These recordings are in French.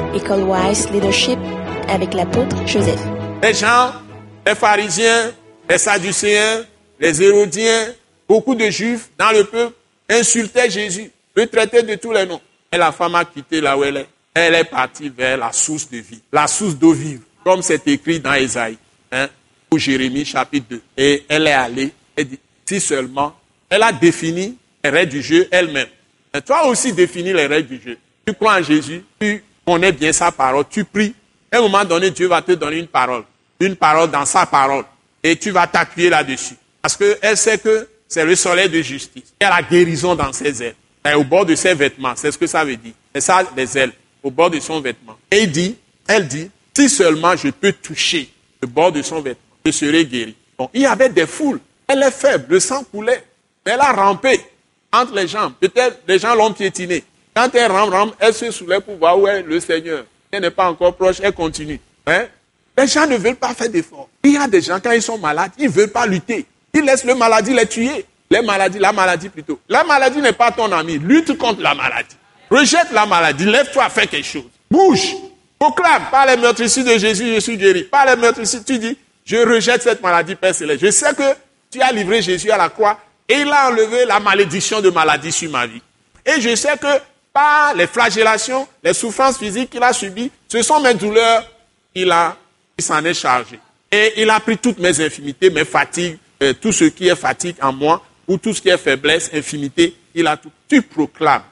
École Wise Leadership avec l'apôtre Joseph. Les gens, les pharisiens, les sadducéens, les hérodiens, beaucoup de juifs dans le peuple insultaient Jésus, le traitaient de tous les noms. Et la femme a quitté là où elle est. Elle est partie vers la source de vie, la source d'eau vive, comme c'est écrit dans Ésaïe, ou Jérémie chapitre 2. Et elle est allée, elle dit, si seulement, elle a défini les règles du jeu elle-même. Et toi aussi définis les règles du jeu. Tu crois en Jésus, tu connais bien sa parole, tu pries. À un moment donné, Dieu va te donner une parole dans sa parole. Et tu vas t'appuyer là-dessus. Parce qu'elle sait que c'est le soleil de justice. Il y a la guérison dans ses ailes. Et au bord de ses vêtements, c'est ce que ça veut dire. C'est ça, les ailes, au bord de son vêtement. Et elle dit, si seulement je peux toucher le bord de son vêtement, je serai guéri. Bon, il y avait des foules. Elle est faible, le sang coulait. Mais elle a rampé entre les jambes. Peut-être les gens l'ont piétinée. Quand elle rampe, elle se soulève pour voir où est le Seigneur. Elle n'est pas encore proche, elle continue. Les gens ne veulent pas faire d'efforts. Il y a des gens, quand ils sont malades, ils ne veulent pas lutter. Ils laissent la maladie les tuer. La maladie plutôt. La maladie n'est pas ton ami. Lutte contre la maladie. Rejette la maladie. Lève-toi, fais quelque chose. Bouge. Proclame. Par les meurtrissures de Jésus, je suis guéri. Par les meurtrissures, tu dis, je rejette cette maladie, Père Céleste. Je sais que tu as livré Jésus à la croix et il a enlevé la malédiction de maladie sur ma vie. Et je sais que par les flagellations, les souffrances physiques qu'il a subies, ce sont mes douleurs qu'il s'en est chargé. Et il a pris toutes mes infimités, mes fatigues, tout ce qui est fatigue en moi, ou tout ce qui est faiblesse, infimité, il a tout. Tu proclames.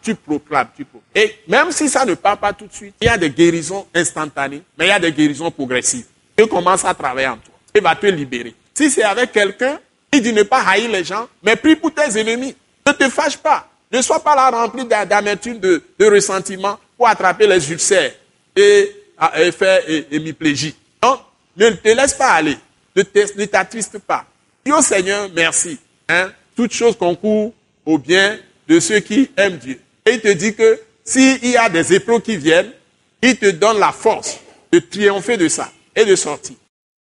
Et même si ça ne part pas tout de suite, il y a des guérisons instantanées, mais il y a des guérisons progressives. Dieu commence à travailler en toi. Il va te libérer. Si c'est avec quelqu'un, il dit ne pas haïr les gens, mais prie pour tes ennemis. Ne te fâche pas. Ne sois pas là rempli d'amertume, de ressentiment pour attraper les ulcères et faire hémiplégie. Donc, ne te laisse pas aller. Ne t'attriste pas. Dis au Seigneur merci. Toutes choses concourent au bien de ceux qui aiment Dieu. Et il te dit que s'il y a des épreuves qui viennent, il te donne la force de triompher de ça et de sortir.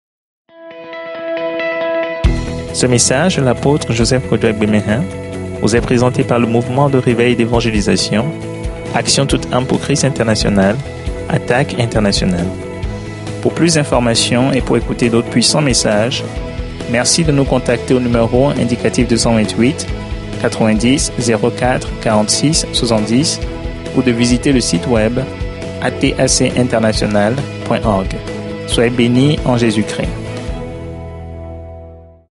Ce message de l'apôtre Joseph Kodouak Bemehin vous est présenté par le mouvement de réveil d'évangélisation, Action toute âme pour Christ international, Attaque internationale. Pour plus d'informations et pour écouter d'autres puissants messages, merci de nous contacter au numéro indicatif 228 90 04 46 70 ou de visiter le site web atacinternational.org. Soyez bénis en Jésus-Christ.